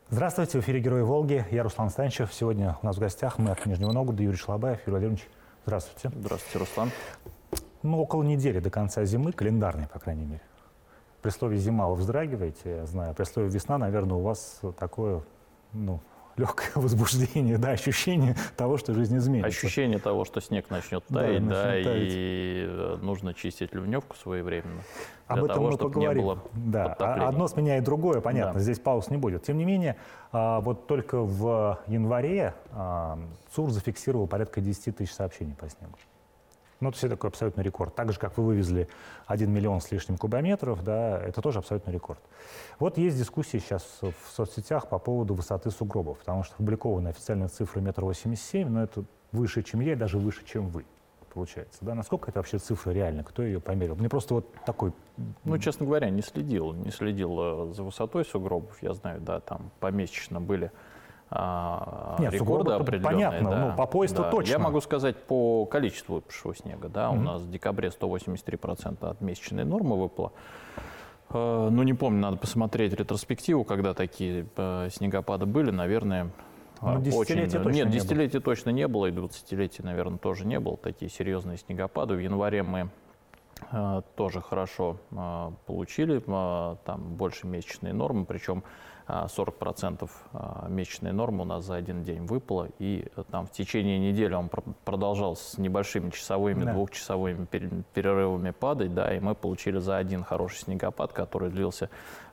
Здравствуйте, в эфире «Герои Волги». Я Руслан Станичев. Сегодня у нас в гостях мэр Нижнего Новгорода Юрий Шлабаев. Юрий Владимирович, здравствуйте. Здравствуйте, Руслан. Около недели до конца зимы, календарной, по крайней мере. При слове «зима» вы вздрагиваете, я знаю. При слове «весна», наверное, у вас такое, легкое возбуждение, да, ощущение того, что жизнь изменится. Ощущение того, что снег начнет таять, и нужно чистить ливневку своевременно. Об этом мы поговорим. Не было одно сменяет другое, понятно, да. Здесь пауз не будет. Тем не менее, вот только в январе ЦУР зафиксировал порядка 10 тысяч сообщений по снегу. Это все такой абсолютный рекорд. Так же, как вы вывезли 1 миллион с лишним кубометров, да, это тоже абсолютный рекорд. Вот есть дискуссии сейчас в соцсетях по поводу высоты сугробов, потому что опубликованы официальные цифры 1,87 м, но это выше, чем я, и даже выше, чем вы, получается. Да? Насколько это вообще цифра реальна? Кто ее померил? Мне просто вот такой... Честно говоря, не следил за высотой сугробов. Я знаю, да, там помесячно были рекорды определенные. Понятно, да, по поясу точно. Я могу сказать по количеству выпавшего снега. Да, у нас в декабре 183% от месячной нормы выпало. Не помню, надо посмотреть ретроспективу, когда такие снегопады были, наверное. Десятилетия точно Нет, десятилетий точно не было, и 20-летий, наверное, тоже не было. Такие серьезные снегопады. В январе мы тоже хорошо получили, там больше месячной нормы, причем 40% месячной нормы у нас за один день выпало, и там в течение недели он продолжал с небольшими часовыми, двухчасовыми перерывами падать, да, и мы получили за один хороший снегопад, который длился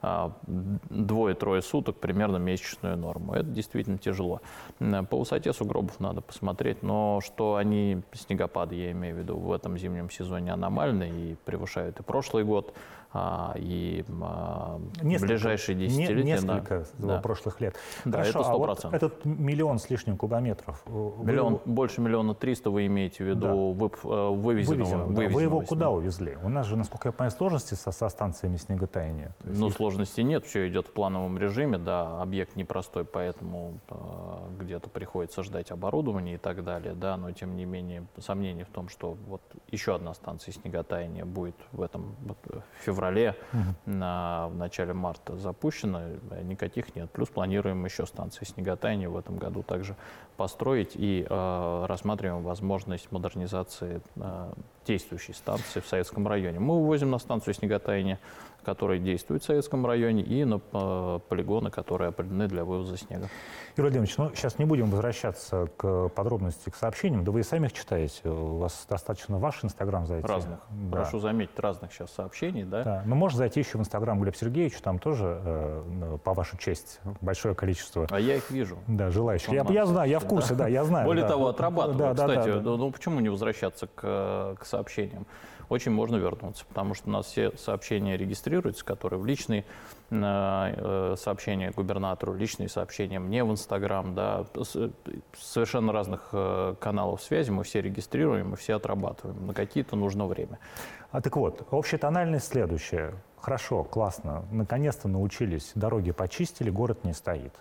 2-3 суток, примерно месячную норму. Это действительно тяжело. По высоте сугробов надо посмотреть, но что они, снегопады, я имею в виду, в этом зимнем сезоне аномальные и превышают и прошлый год, и ближайшие десятилетия. Несколько прошлых лет. Да, Хорошо, это 100%. Вот этот миллион с лишним кубометров. Больше 1,3 миллиона вы имеете в виду вывезенного. Вы его куда увезли? У нас же, насколько я понимаю, сложности со станциями снеготаяния. Сложностей нет, все идет в плановом режиме, да, объект непростой, поэтому где-то приходится ждать оборудования и так далее, да, но тем не менее сомнений в том, что вот еще одна станция снеготаяния будет в этом феврале, в начале марта запущена, никаких нет. Плюс планируем еще станции снеготаяния в этом году также построить и рассматриваем возможность модернизации действующей станции в Советском районе. Мы вывозим на станцию снеготаяния, которая действует в Советском районе, и на полигоны, которые определены для вывоза снега. Юрий Владимирович, сейчас не будем возвращаться к подробностям, к сообщениям. Да вы и сами их читаете. У вас достаточно ваш Инстаграм зайти. Разных. Да. Прошу заметить, разных сейчас сообщений. Да? Но можно зайти еще в Инстаграм Глеба Сергеевича, там тоже, по вашей чести, большое количество. А я их вижу. Да, желающих. Я знаю, я в курсе, да, я знаю. Более того, отрабатываю. Кстати, почему не возвращаться к сообщениям? Очень можно вернуться, потому что у нас все сообщения регистрируются, которые в личные сообщения губернатору, личные сообщения мне в Инстаграм, да, совершенно разных каналов связи мы все регистрируем и все отрабатываем. На какие-то нужно время. Так вот, общая тональность следующая. Хорошо, классно, наконец-то научились, дороги почистили, город не стоит.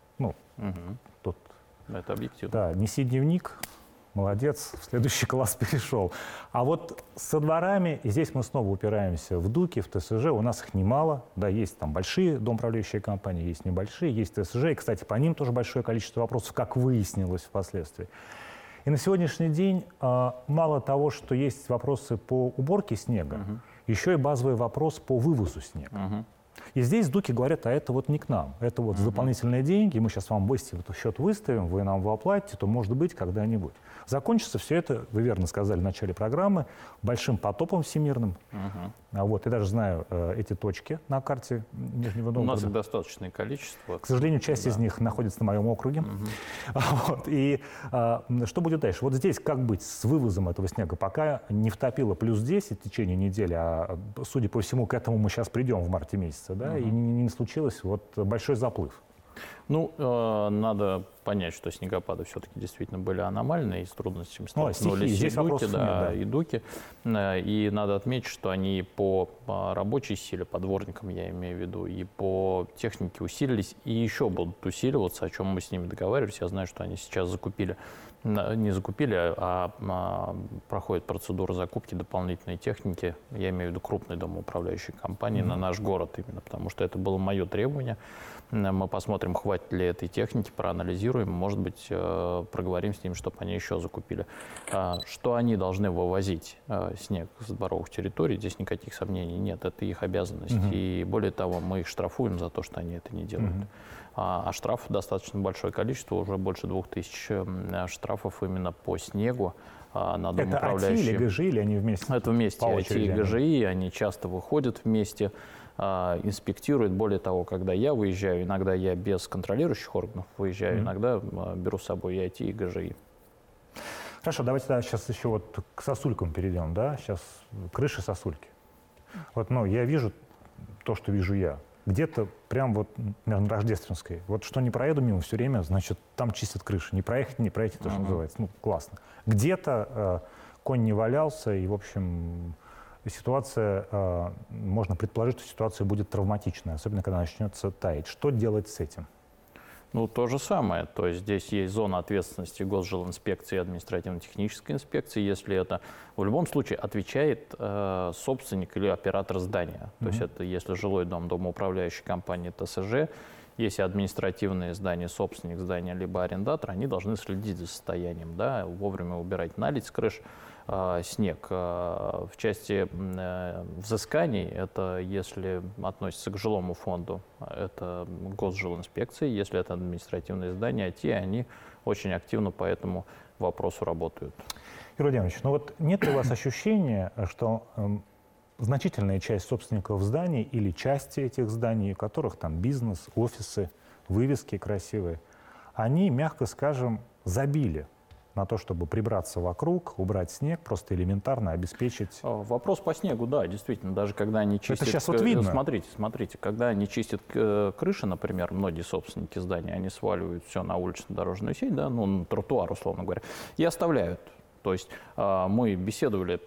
Тут... Это объективно. Да, неси дневник. Молодец, в следующий класс перешел. А вот со дворами, и здесь мы снова упираемся в ДУКи, в ТСЖ, у нас их немало. Да, есть там большие домоуправляющие компании, есть небольшие, есть ТСЖ. И, кстати, по ним тоже большое количество вопросов, как выяснилось впоследствии. И на сегодняшний день мало того, что есть вопросы по уборке снега, еще и базовый вопрос по вывозу снега. И здесь ДУКи говорят, а это вот не к нам, это вот за дополнительные деньги, мы сейчас вам быстро этот счет выставим, вы нам его оплатите, то, может быть, когда-нибудь. Закончится все это, вы верно сказали в начале программы, большим потопом всемирным. Вот, я даже знаю эти точки на карте Нижнего Новгорода. У нас их достаточное количество. К сожалению, часть из них находится на моем округе. Вот, и что будет дальше? Вот здесь как быть с вывозом этого снега? Пока не втопило плюс 10 в течение недели, а, судя по всему, к этому мы сейчас придем в марте месяце, да, и не случилось вот большой заплыв. Надо понять, что снегопады все-таки действительно были аномальные, и с трудностями столкнулись и ДУКи. И надо отметить, что они по рабочей силе, по дворникам я имею в виду, и по технике усилились, и еще будут усиливаться, о чем мы с ними договаривались. Я знаю, что они сейчас не закупили, а проходит процедура закупки дополнительной техники, я имею в виду крупной домоуправляющей компании, на наш город именно, потому что это было мое требование. Мы посмотрим, хватит ли этой техники, проанализируем, может быть, проговорим с ними, чтобы они еще закупили. Что они должны вывозить снег с дворовых территорий, здесь никаких сомнений нет, это их обязанность. И более того, мы их штрафуем за то, что они это не делают. А штрафов достаточно большое количество, уже больше 2000 штрафов именно по снегу на домоуправляющие. Это АТИ или ГЖИ, или они вместе? Это вместе АТИ и ГЖИ, они часто выходят вместе, инспектируют. Более того, когда я выезжаю, иногда я без контролирующих органов выезжаю, иногда беру с собой и АТИ, и ГЖИ. Хорошо, давайте сейчас еще вот к сосулькам перейдем, да? Сейчас крыши сосульки. Вот, ну, я вижу то, что вижу я. Где-то прям вот, наверное, рождественской. Вот что не проеду мимо все время, значит, там чистят крыши. Не проехать, не пройти, то, что называется. Ну, классно. Где-то конь не валялся, и, в общем, ситуация, можно предположить, что ситуация будет травматичная, особенно когда начнется таять. Что делать с этим? Ну, то же самое. То есть здесь есть зона ответственности Госжилинспекции и административно-технической инспекции, если это в любом случае отвечает собственник или оператор здания. То есть это если жилой дом, домоуправляющей компании ТСЖ, если административные здания, собственник здания либо арендатор, они должны следить за состоянием, да, вовремя убирать наледь с крыш, снег. В части взысканий, это если относится к жилому фонду, это Госжилинспекции, если это административные здания, АТИ, они очень активно по этому вопросу работают. Юрий Владимирович, ну вот нет ли у вас ощущения, что значительная часть собственников зданий или части этих зданий, у которых там бизнес, офисы, вывески красивые, они, мягко скажем, забили на то, чтобы прибраться вокруг, убрать снег, просто элементарно обеспечить... Вопрос по снегу, да, действительно. Даже когда они чистят... Это сейчас вот видно. Смотрите, когда они чистят крыши, например, многие собственники зданий, они сваливают все на улично-дорожную сеть, да, ну, на тротуар, условно говоря, и оставляют. То есть мы беседовали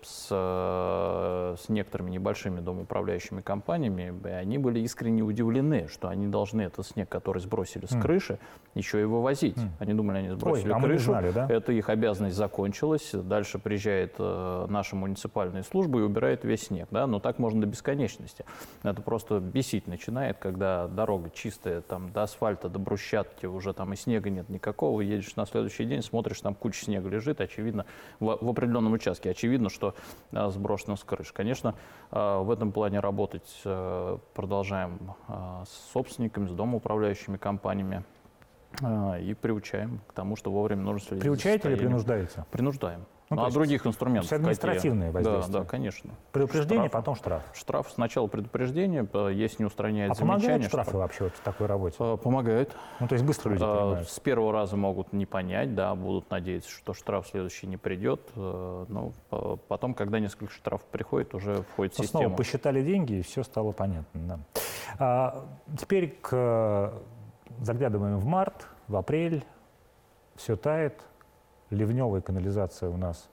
с некоторыми небольшими домоуправляющими компаниями, и они были искренне удивлены, что они должны этот снег, который сбросили с крыши, еще и вывозить. Они думали, они сбросили крышу, знали, да? Это их обязанность закончилась, дальше приезжает наша муниципальная служба и убирает весь снег. Да? Но так можно до бесконечности. Это просто бесить начинает, когда дорога чистая, там, до асфальта, до брусчатки, уже там и снега нет никакого, едешь на следующий день, смотришь, там куча снега лежит, очевидно, в определенном участке. Очевидно, что сброшено с крыш. Конечно, в этом плане работать продолжаем с собственниками, с домоуправляющими компаниями и приучаем к тому, что вовремя нужно следить. Приучаете или принуждаете? Принуждаем. Ну, а других инструментов? То есть административные воздействия? Да, конечно. Предупреждение, потом штраф. Штраф. Сначала предупреждение, если не устраняет замечания. Помогают штрафы вообще вот в такой работе? Помогают. Ну, то есть быстро люди понимают? С первого раза могут не понять, да, будут надеяться, что штраф следующий не придет. Но потом, когда несколько штрафов приходит, уже входит в систему. Снова посчитали деньги, и все стало понятно. Да. Теперь заглядываем в март, в апрель, все тает. Ливневая канализация у нас,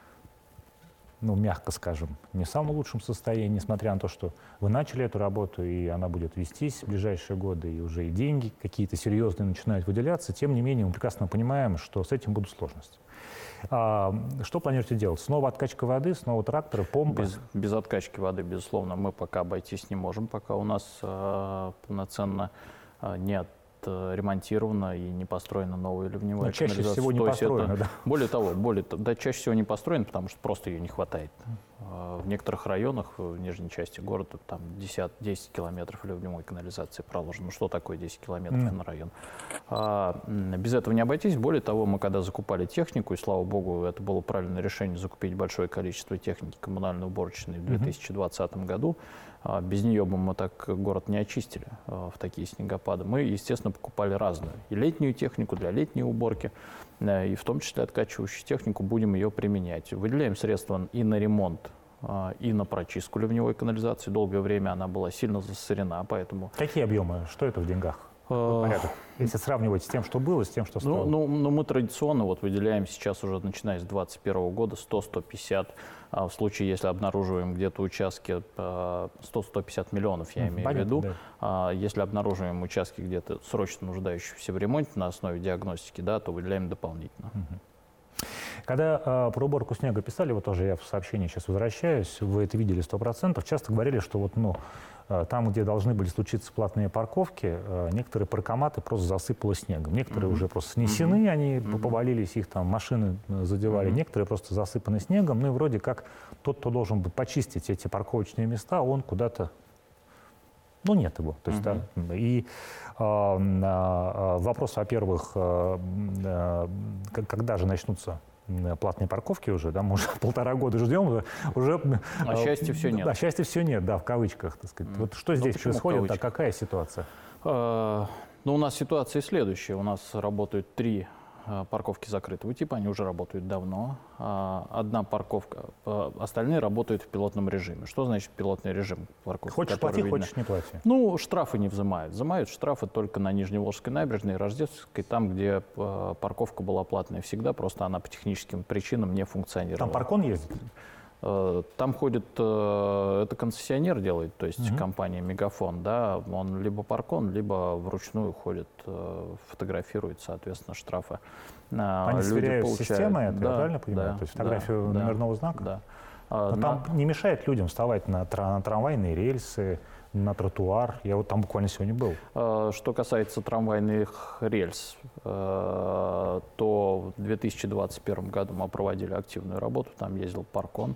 ну, мягко скажем, не в самом лучшем состоянии, несмотря на то, что вы начали эту работу, и она будет вестись в ближайшие годы, и уже и деньги какие-то серьезные начинают выделяться. Тем не менее, мы прекрасно понимаем, что с этим будут сложности. Что планируете делать? Снова откачка воды, снова тракторы, помпы? Без откачки воды, безусловно, мы пока обойтись не можем, пока у нас полноценно нет ремонтирована и не построена новая ливневая канализация. Чаще всего не построена, да? Более того, чаще всего не построена, потому что просто ее не хватает. В некоторых районах, в нижней части города, там 10 километров ливневой канализации проложено. Ну, что такое 10 километров на район? Без этого не обойтись. Более того, мы когда закупали технику, и слава богу, это было правильное решение закупить большое количество техники коммунально-уборочной в 2020 году, без нее бы мы так город не очистили в такие снегопады. Мы, естественно, покупали разную. И летнюю технику для летней уборки, и в том числе откачивающую технику, будем ее применять. Выделяем средства и на ремонт, и на прочистку ливневой канализации. Долгое время она была сильно засорена, поэтому... Какие объемы? Что это в деньгах? Порядок. Если сравнивать с тем, что было, с тем, что стало. Ну, мы традиционно выделяем сейчас уже, начиная с 2021 года, 100-150. В случае, если обнаруживаем где-то участки, 100-150 миллионов, я имею в виду. Да. Если обнаруживаем участки где-то срочно нуждающиеся в ремонте на основе диагностики, да, то выделяем дополнительно. Когда про уборку снега писали, вот тоже я в сообщении сейчас возвращаюсь, вы это видели 100%, часто говорили, что вот, там, где должны были случиться платные парковки, некоторые паркоматы просто засыпало снегом. Некоторые уже просто снесены, они повалились, их там машины задевали. Некоторые просто засыпаны снегом. Ну и вроде как тот, кто должен был почистить эти парковочные места, он куда-то... нет его. То есть, да, и вопрос, во-первых, когда же начнутся платные парковки уже, да, мы уже 1,5 года ждем, уже... А счастья все нет. Да, счастья все нет, да, в кавычках, так сказать. Вот что здесь происходит, а какая ситуация? У нас ситуация следующая. У нас работают 3 парковки закрытого типа, они уже работают давно. Одна парковка, остальные работают в пилотном режиме. Что значит пилотный режим парковки? Хочешь плати, хочешь не плати. Штрафы не взимают. Взимают штрафы только на Нижневолжской набережной и Рождественской, там, где парковка была платная всегда, просто она по техническим причинам не функционировала. Там паркон ездит? Там ходит, это концессионер делает, то есть компания Мегафон, да, он либо паркон, либо вручную ходит, фотографирует, соответственно, штрафы. Они сверяют с системой, это я правильно понимаю? Да, то есть фотографию номерного знака? Да. Но там не мешает людям вставать на трамвайные рельсы, на тротуар. Я вот там буквально сегодня был. Что касается трамвайных рельс, то в 2021 году мы проводили активную работу. Там ездил паркон,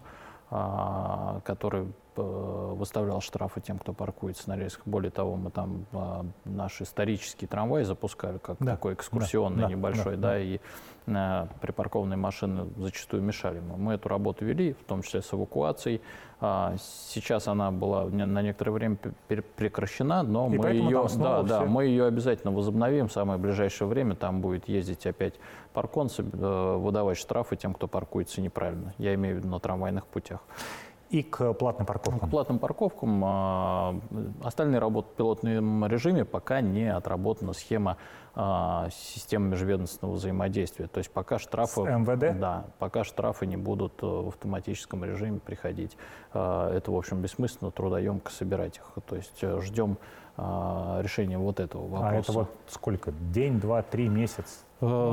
который выставлял штрафы тем, кто паркуется на рельсах. Более того, мы там наш исторический трамвай запускали, как такой экскурсионный небольшой, и припаркованные машины зачастую мешали. Мы эту работу вели, в том числе с эвакуацией. Сейчас она была на некоторое время прекращена, но мы ее обязательно возобновим в самое ближайшее время. Там будет ездить опять паркон, выдавать штрафы тем, кто паркуется неправильно. Я имею в виду на трамвайных путях. И к платным парковкам? К платным парковкам. Остальные работают в пилотном режиме, пока не отработана схема системы межведомственного взаимодействия. То есть пока штрафы... С МВД? Да, пока штрафы не будут в автоматическом режиме приходить. Это, в общем, бессмысленно, трудоемко собирать их. То есть ждем решения вот этого вопроса. А это вот сколько? День, 2, 3, месяц?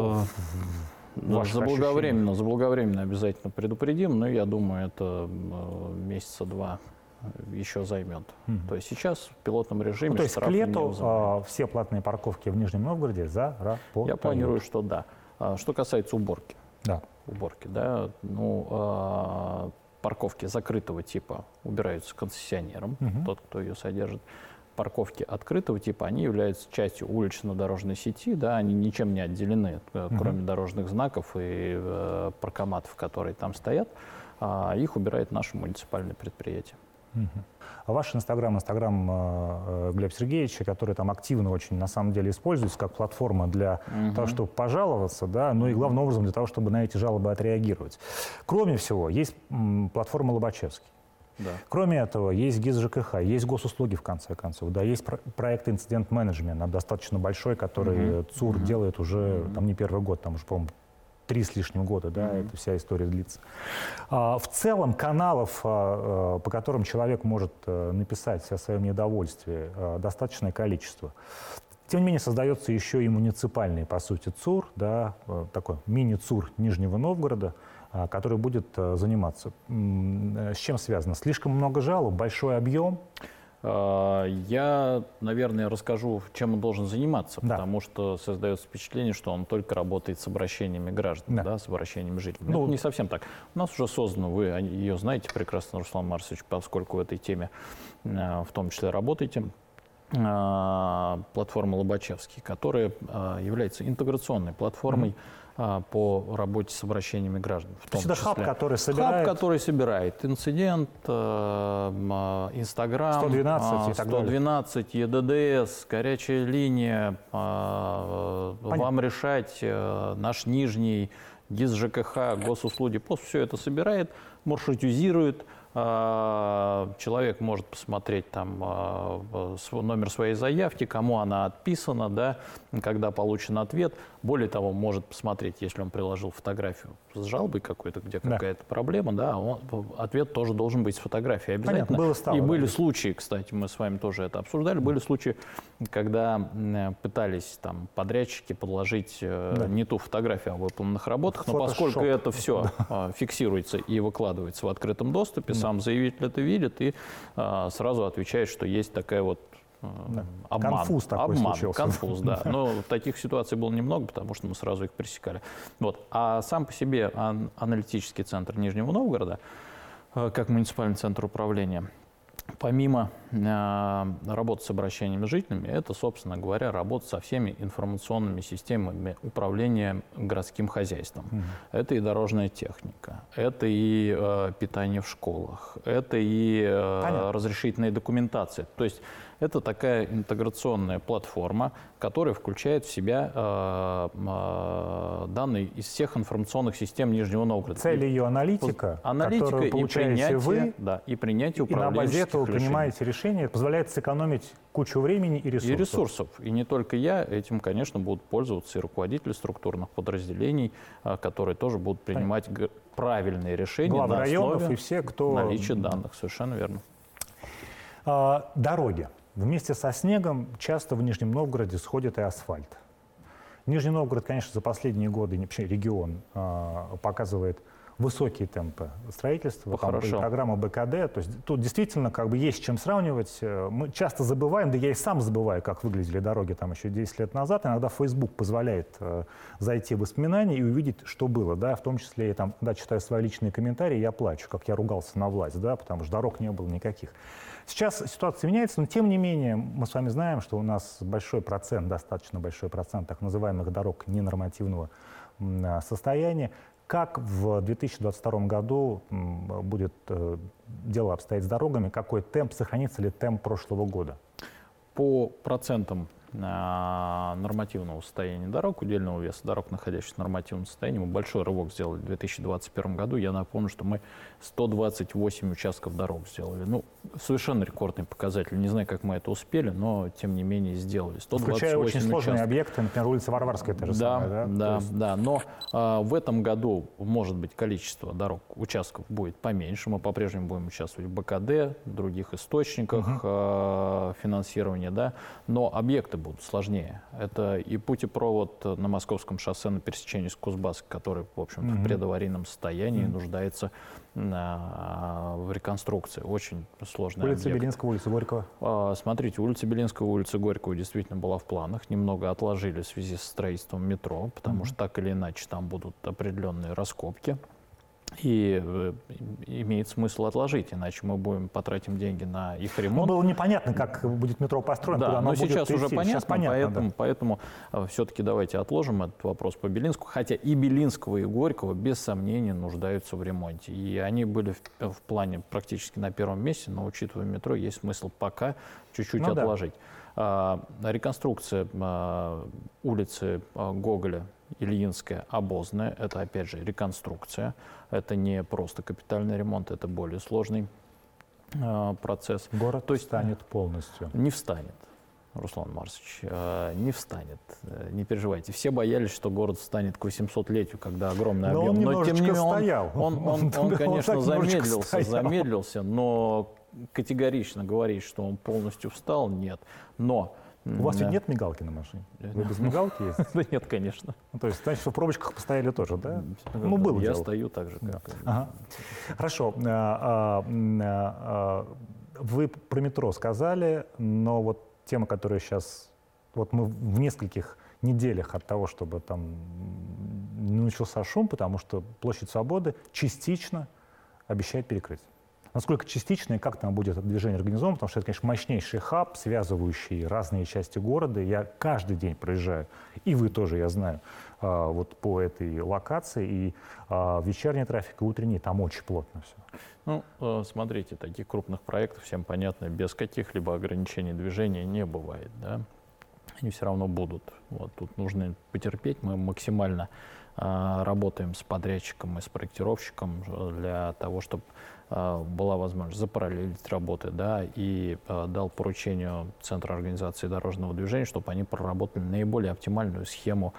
Заблаговременно обязательно предупредим, но я думаю, это месяца 2 еще займет. То есть сейчас в пилотном режиме то есть к лету все платные парковки в Нижнем Новгороде заработают? Я планирую, что да. Что касается уборки. Да. Парковки закрытого типа убираются концессионером, тот, кто ее содержит. Парковки открытого типа, они являются частью улично-дорожной сети, да, они ничем не отделены, кроме дорожных знаков и паркоматов, которые там стоят, их убирает наше муниципальное предприятие. А ваш Инстаграм Глеба Сергеевича, который там активно очень на самом деле используется как платформа для того, чтобы пожаловаться, да, но и главным образом для того, чтобы на эти жалобы отреагировать. Кроме всего, есть платформа Лобачевский. Да. Кроме этого, есть ГИС ЖКХ, есть госуслуги, в конце концов, да, есть проект инцидент-менеджмент, достаточно большой, который ЦУР делает уже там, не первый год, там уже, по-моему, 3 с лишним года, да, эта вся история длится. В целом каналов, по которым человек может написать о своем недовольстве, достаточное количество. Тем не менее, создается еще и муниципальный, по сути, ЦУР, да, такой мини-ЦУР Нижнего Новгорода, который будет заниматься. С чем связано? Слишком много жалоб, большой объем? Я, наверное, расскажу, чем он должен заниматься, потому что создается впечатление, что он только работает с обращениями граждан, с обращениями жителей. Это не совсем так. У нас уже создано, вы ее знаете прекрасно, Руслан Марсович, поскольку в этой теме в том числе работаете, платформа Лобачевский, которая является интеграционной платформой по работе с обращениями граждан. То есть это хаб, который собирает... Хаб, который собирает инцидент, Инстаграм, 112 и так далее. 112, ЕДДС, горячая линия, вам решать, наш Нижний, ГИС ЖКХ, госуслуги, пост, все это собирает, маршрутизирует, человек может посмотреть там номер своей заявки, кому она отписана, да, когда получен ответ. Более того, может посмотреть, если он приложил фотографию с жалобой какой-то, где какая-то проблема, да, ответ тоже должен быть с фотофотографией обязательно. Понятно, и были случаи, кстати, мы с вами тоже это обсуждали, были случаи, когда пытались там подрядчики подложить не ту фотографию о выполненных работах, но поскольку это все фиксируется и выкладывается в открытом доступе, сам заявитель это видит и сразу отвечает, что есть такая вот обман. Конфуз такой случился. Конфуз, да. Но таких ситуаций было немного, потому что мы сразу их пресекали. Вот. А сам по себе аналитический центр Нижнего Новгорода, как муниципальный центр управления, помимо работы с обращениями с жителями, это, собственно говоря, работа со всеми информационными системами управления городским хозяйством. Это и дорожная техника, это и питание в школах, это и разрешительная документация. То есть это такая интеграционная платформа, которая включает в себя данные из всех информационных систем Нижнего Новгорода. Цель ее аналитика, которую получаете вы, да, и принятие и на базе этого решений. принимаете решение, позволяет сэкономить кучу времени и ресурсов. И ресурсов. И не только я, этим, конечно, будут пользоваться и руководители структурных подразделений, которые тоже будут принимать правильные решения главы на районов основе и все, кто... наличия данных. Совершенно верно. Дороги. Вместе со снегом часто в Нижнем Новгороде сходит и асфальт. Нижний Новгород, конечно, за последние годы, вообще регион, показывает высокие темпы строительства, программа БКД. То есть тут действительно как бы есть с чем сравнивать. Мы часто забываем, да я и сам забываю, как выглядели дороги там еще 10 лет назад. Иногда Facebook позволяет зайти в воспоминания и увидеть, что было. Да? В том числе я там, когда читаю свои личные комментарии, я плачу, как я ругался на власть, да? Потому что дорог не было никаких. Сейчас ситуация меняется, но тем не менее мы с вами знаем, что у нас большой процент, достаточно большой процент так называемых дорог ненормативного состояния. Как в 2022 году будет дело обстоять с дорогами? Какой темп? Сохранится ли темп прошлого года? По процентам нормативного состояния дорог, удельного веса дорог, находящихся в нормативном состоянии, мы большой рывок сделали в 2021 году. Я напомню, что мы 128 участков дорог сделали. Ну, совершенно рекордный показатель. Не знаю, как мы это успели, но, тем не менее, сделали. 128 включая очень сложные участков. Объекты, например, улица Варварская, та же самая, да? Да. Но в этом году, может быть, количество дорог, участков будет поменьше. Мы по-прежнему будем участвовать в БКД, в других источниках финансирования, да. Но объекты будут сложнее. Это и путепровод на Московском шоссе на пересечении с Кузбасск, который, в общем-то, в предаварийном состоянии нуждается в реконструкции. Очень сложный улица объект. Белинского, улица Горького. Смотрите, улица Белинского, улица Горького действительно была в планах. Немного отложили в связи со строительством метро, потому что так или иначе там будут определенные раскопки. И имеет смысл отложить, иначе мы потратим деньги на их ремонт. Было непонятно, как будет метро построено, да, куда оно но будет сейчас идти. уже понятно, Сейчас понятно, поэтому все-таки давайте отложим этот вопрос по Белинскому. Хотя и Белинского, и Горького без сомнения нуждаются в ремонте. И они были в плане практически на первом месте, но учитывая метро, есть смысл пока чуть-чуть отложить. Реконструкция улицы Гоголя, Ильинская, Обозная, это опять же реконструкция. Это не просто капитальный ремонт, это более сложный процесс. Город встанет полностью. Не встанет, Руслан Марсович, не встанет. Не переживайте. Все боялись, что город встанет к 800-летию, когда огромный объем. Но тем не менее он, конечно, замедлился, но категорично говорить, что он полностью встал, нет. Но у вас ведь нет мигалки на машине? Вы без мигалки ездите? Да нет, конечно. То есть, значит, в пробочках постояли тоже, да? Ну, было Я дело. стою так же, как... Хорошо. Вы про метро сказали, но вот тема, которая сейчас... Вот мы в нескольких неделях от того, чтобы там не начался шум, потому что Площадь Свободы частично обещает перекрыть. Насколько частично и как там будет это движение организовано, потому что это, конечно, мощнейший хаб, связывающий разные части города. Я каждый день проезжаю, и вы тоже, я знаю, вот по этой локации, и вечерний трафик, и утренний, там очень плотно все. Ну, смотрите, таких крупных проектов, всем понятно, без каких-либо ограничений движения не бывает, да? Они все равно будут. Вот, тут нужно потерпеть. Мы максимально работаем с подрядчиком и с проектировщиком для того, чтобы была возможность запараллелить работы, да, и дал поручению Центру организации дорожного движения, чтобы они проработали наиболее оптимальную схему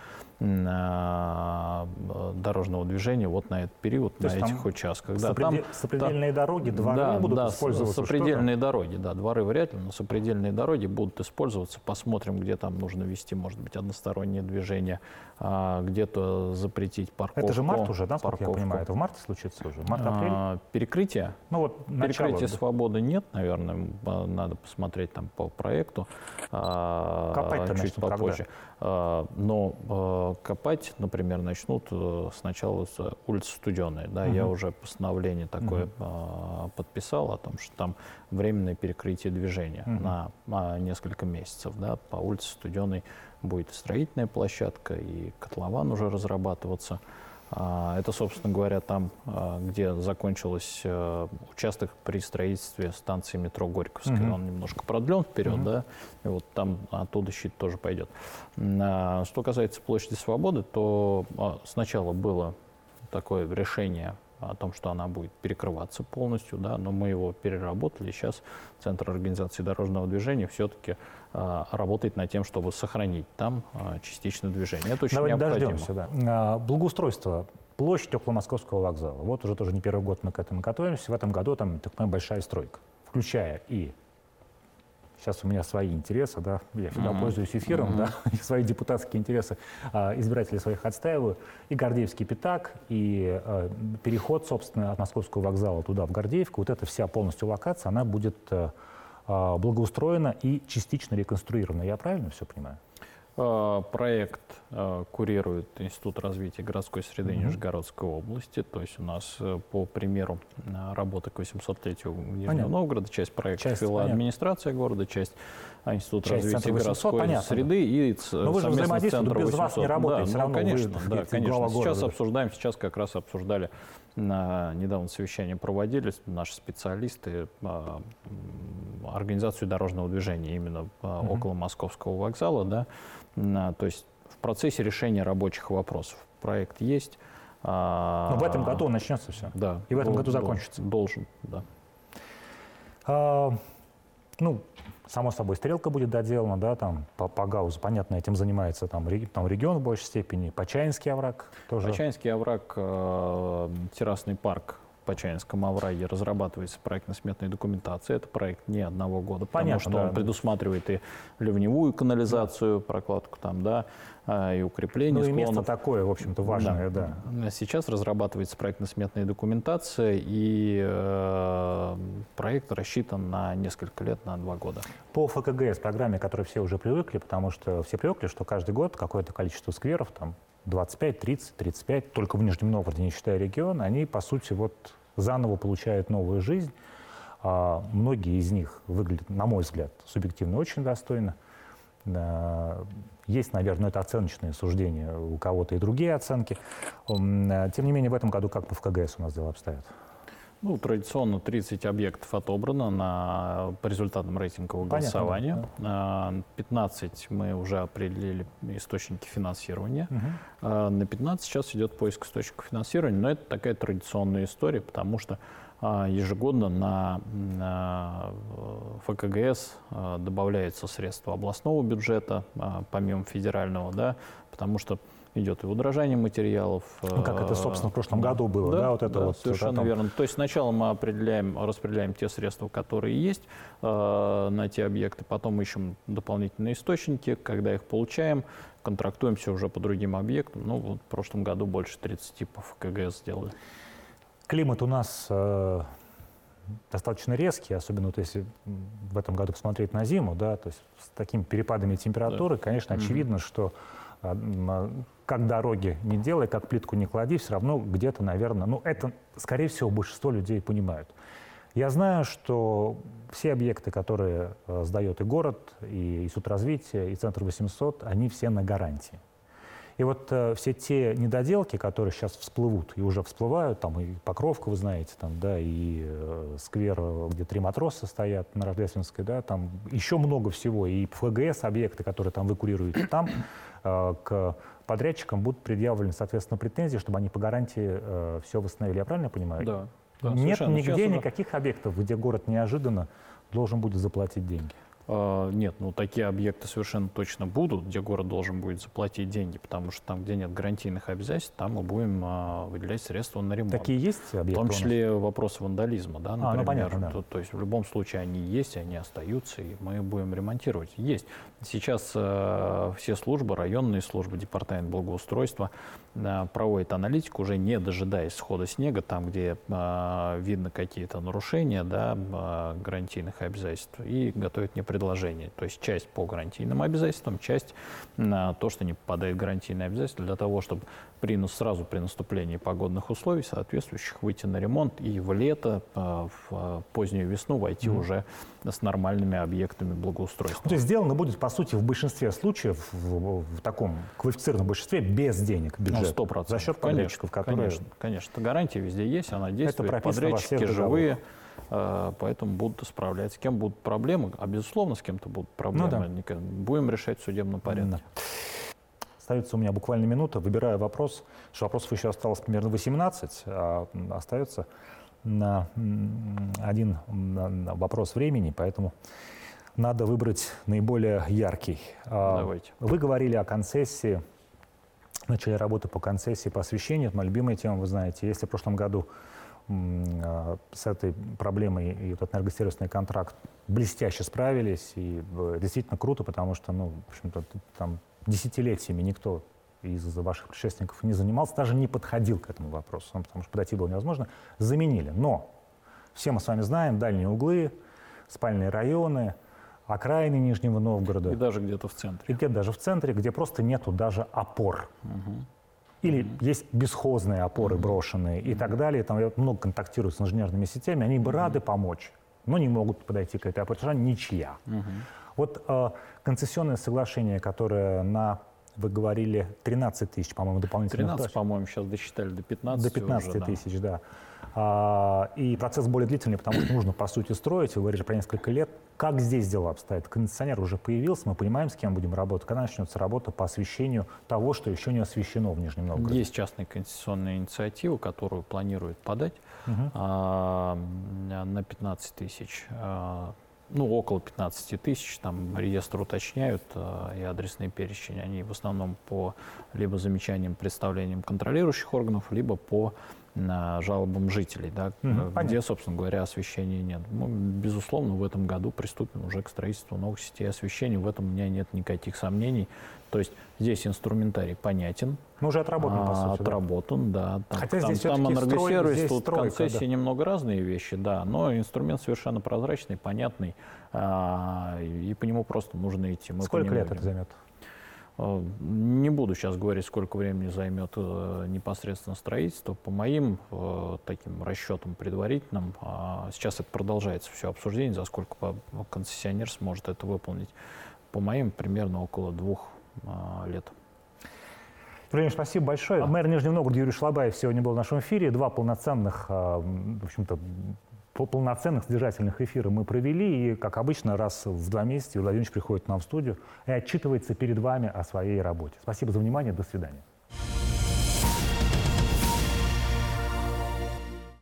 дорожного движения вот на этот период, то на этих участках. Да, сопредельные дороги, дворы будут использоваться? Сопредельные дороги, да, дворы вряд ли, но сопредельные дороги будут использоваться. Посмотрим, где там нужно вести, может быть, одностороннее движение, где-то запретить парковку. Это же март уже, да, насколько я понимаю? Это в марте случится уже? Март-апрель? Перекрытие? Ну, вот Перекрытия свободы нет, наверное, надо посмотреть там по проекту. Копать-то чуть попозже. Но копать, например, начнут сначала с улицы Студеной. Да, я уже постановление такое подписал о том, что там временное перекрытие движения на несколько месяцев. Да, по улице Студеной будет и строительная площадка, и котлован уже разрабатываться. Это, собственно говоря, там, где закончился участок при строительстве станции метро Горьковская. Он немножко продлен вперед, да, и вот там оттуда щит тоже пойдет. Что касается площади Свободы, то сначала было такое решение о том, что она будет перекрываться полностью, да, но мы его переработали. Сейчас Центр организации дорожного движения все-таки работает над тем, чтобы сохранить там частично движение. Это очень Давайте необходимо. дождемся, да. Благоустройство. Площадь около Московского вокзала. Вот уже тоже не первый год мы к этому готовимся. В этом году там, так понимаю, большая стройка, включая и... Сейчас у меня свои интересы, да, я всегда пользуюсь эфиром, да, и свои депутатские интересы избирателей своих отстаиваю. И Гордеевский пятак, и переход, собственно, от Московского вокзала туда, в Гордеевку, вот эта вся полностью локация, она будет благоустроена и частично реконструирована. Я правильно все понимаю? Проект курирует Институт развития городской среды Нижегородской области. То есть у нас, по примеру работы к 800-летию Нижнего Новгорода, часть проекта вела администрация города, часть Институт развития городской среды и совместно с Центром 800. Без вас не работает, да, все равно конечно, вы, да, конечно. Сейчас города. обсуждаем, сейчас как раз обсуждали, недавно совещание проводились, наши специалисты, организацию дорожного движения именно около Московского вокзала, да, то есть в процессе решения рабочих вопросов. Проект есть. Но в этом году начнется все. Да. И в этом году закончится. Должен, да. Ну, само собой, стрелка будет доделана, да, там по гаузу, понятно, этим занимается там регион в большей степени, Почаинский овраг тоже. Почаинский овраг, террасный парк в Почаинском овраге разрабатывается проектно-сметная документация. Это проект не одного года, потому что он предусматривает и ливневую канализацию, прокладку там, да, и укрепление склонов. Ну и место склонов. такое, в общем-то, важное, да. Сейчас разрабатывается проектно-сметная документация, и проект рассчитан на несколько лет, на 2 года. По ФКГС, программе, к которой все уже привыкли, потому что все привыкли, что каждый год какое-то количество скверов, там 25, 30, 35, только в Нижнем Новгороде, не считая регион, они, по сути, вот заново получают новую жизнь. Многие из них выглядят, на мой взгляд, субъективно очень достойно. Есть, наверное, это оценочные суждения, у кого-то и другие оценки. Тем не менее, в этом году как по ФКГС у нас дела обстоят? Ну, традиционно 30 объектов отобрано по результатам рейтингового голосования. Да. 15 мы уже определили источники финансирования. На 15 сейчас идет поиск источников финансирования, но это такая традиционная история, потому что ежегодно на ФКГС добавляются средства областного бюджета, помимо федерального, да, потому что идет и удорожание материалов. Ну, как это, собственно, в прошлом году было, да? Вот это да, вот, совершенно верно. То есть сначала мы распределяем те средства, которые есть на те объекты, потом ищем дополнительные источники, когда их получаем, контрактуемся уже по другим объектам. Ну, вот в прошлом году больше 30 по ФКГС сделали. Климат у нас достаточно резкий, особенно вот если в этом году посмотреть на зиму, да, то есть с такими перепадами температуры, конечно, очевидно, что как дороги не делай, как плитку не клади, все равно где-то, наверное, ну это, скорее всего, большинство людей понимают. Я знаю, что все объекты, которые сдает и город, и Институт развития, и Центр 800, они все на гарантии. И вот все те недоделки, которые сейчас всплывут и уже всплывают, там и Покровка, вы знаете, там, да, и сквер, где 3 матроса стоят на Рождественской, да, там еще много всего, и ФГС объекты, которые там вы курируете, там к подрядчикам будут предъявлены, соответственно, претензии, чтобы они по гарантии все восстановили. Я правильно понимаю? Да. Нет Совершенно. нигде Сейчас никаких объектов, где город неожиданно должен будет заплатить деньги. Нет, ну такие объекты совершенно точно будут, где город должен будет заплатить деньги, потому что там, где нет гарантийных обязательств, там мы будем выделять средства на ремонт. Такие есть объекты? В том числе вопрос вандализма, да, например. Ну понятно, да. То есть в любом случае они есть, они остаются, и мы будем ремонтировать. Есть. Сейчас все службы, районные службы, департамент благоустройства проводят аналитику, уже не дожидаясь схода снега, там, где видно какие-то нарушения, да, гарантийных обязательств, и готовят мне предложение. То есть часть по гарантийным обязательствам, часть на то, что не попадает в гарантийные обязательства, для того, чтобы сразу при наступлении погодных условий соответствующих выйти на ремонт и в лето, в позднюю весну войти уже с нормальными объектами благоустройства. То есть сделано будет, по сути, в большинстве случаев, в таком квалифицированном большинстве, без денег бюджета. 100%. За счет подрядчиков, которые... Конечно. Гарантия везде есть, она действует. Это прописано во всех подрядчики договорах. живые, поэтому будут справляться. С кем будут проблемы? Безусловно, с кем-то будут проблемы. Ну, да. Будем решать в судебном порядке. Да. Остается у меня буквально минута. Выбираю вопрос, что вопросов еще осталось примерно 18, а остается на один вопрос времени, поэтому надо выбрать наиболее яркий. Давайте. Вы говорили о концессии, начали работу по концессии по освещению. Это моя любимая тема, вы знаете. Если в прошлом году с этой проблемой и этот энергосервисный контракт блестяще справились, и действительно круто, потому что, ну, в общем-то, там десятилетиями никто из ваших предшественников не занимался, даже не подходил к этому вопросу, потому что подойти было невозможно, заменили. Но все мы с вами знаем дальние углы, спальные районы, окраины Нижнего Новгорода. И даже где-то в центре. И где-то даже в центре, где просто нету даже опор. Или есть бесхозные опоры брошенные и так далее. Там я много контактирую с инженерными сетями, они бы рады помочь, но не могут подойти к этой опоре, потому что она ничья. Вот концессионное соглашение, которое вы говорили, 13 тысяч, по-моему, дополнительных. 13, по-моему, сейчас досчитали до 15. До 15 уже, тысяч, да. И процесс более длительный, потому что нужно, по сути, строить, вы говорили про несколько лет. Как здесь дела обстоят? Кондиционер уже появился, мы понимаем, с кем будем работать. Когда начнется работа по освещению того, что еще не освещено в Нижнем Новгороде? Есть частная концессионная инициатива, которую планируют подать на 15 тысяч. Ну, около 15 тысяч, там реестр уточняют, и адресный перечень, они в основном по либо замечаниям, представлениям контролирующих органов, либо по жалобам жителей, да, где, собственно говоря, освещения нет. Мы, безусловно, в этом году приступим уже к строительству новых сетей освещения, в этом у меня нет никаких сомнений. То есть здесь инструментарий понятен. Ну, уже отработан, по сути. Отработан, да. Хотя здесь там энергосервис, тут стройка, концессии да. Немного разные вещи, да, но инструмент совершенно прозрачный, понятный, и по нему просто нужно идти. Сколько лет это займет? Не буду сейчас говорить, сколько времени займет непосредственно строительство. По моим таким расчетам предварительным, сейчас это продолжается все обсуждение, за сколько концессионер сможет это выполнить. По моим, примерно около 2 лет. Владимир, спасибо большое. Мэр Нижнего Новгорода Юрий Шлабаев сегодня был в нашем эфире. 2 полноценных, в общем-то, полноценных содержательных эфира мы провели. И, как обычно, раз в 2 месяца Юрий Владимирович приходит к нам в студию и отчитывается перед вами о своей работе. Спасибо за внимание. До свидания.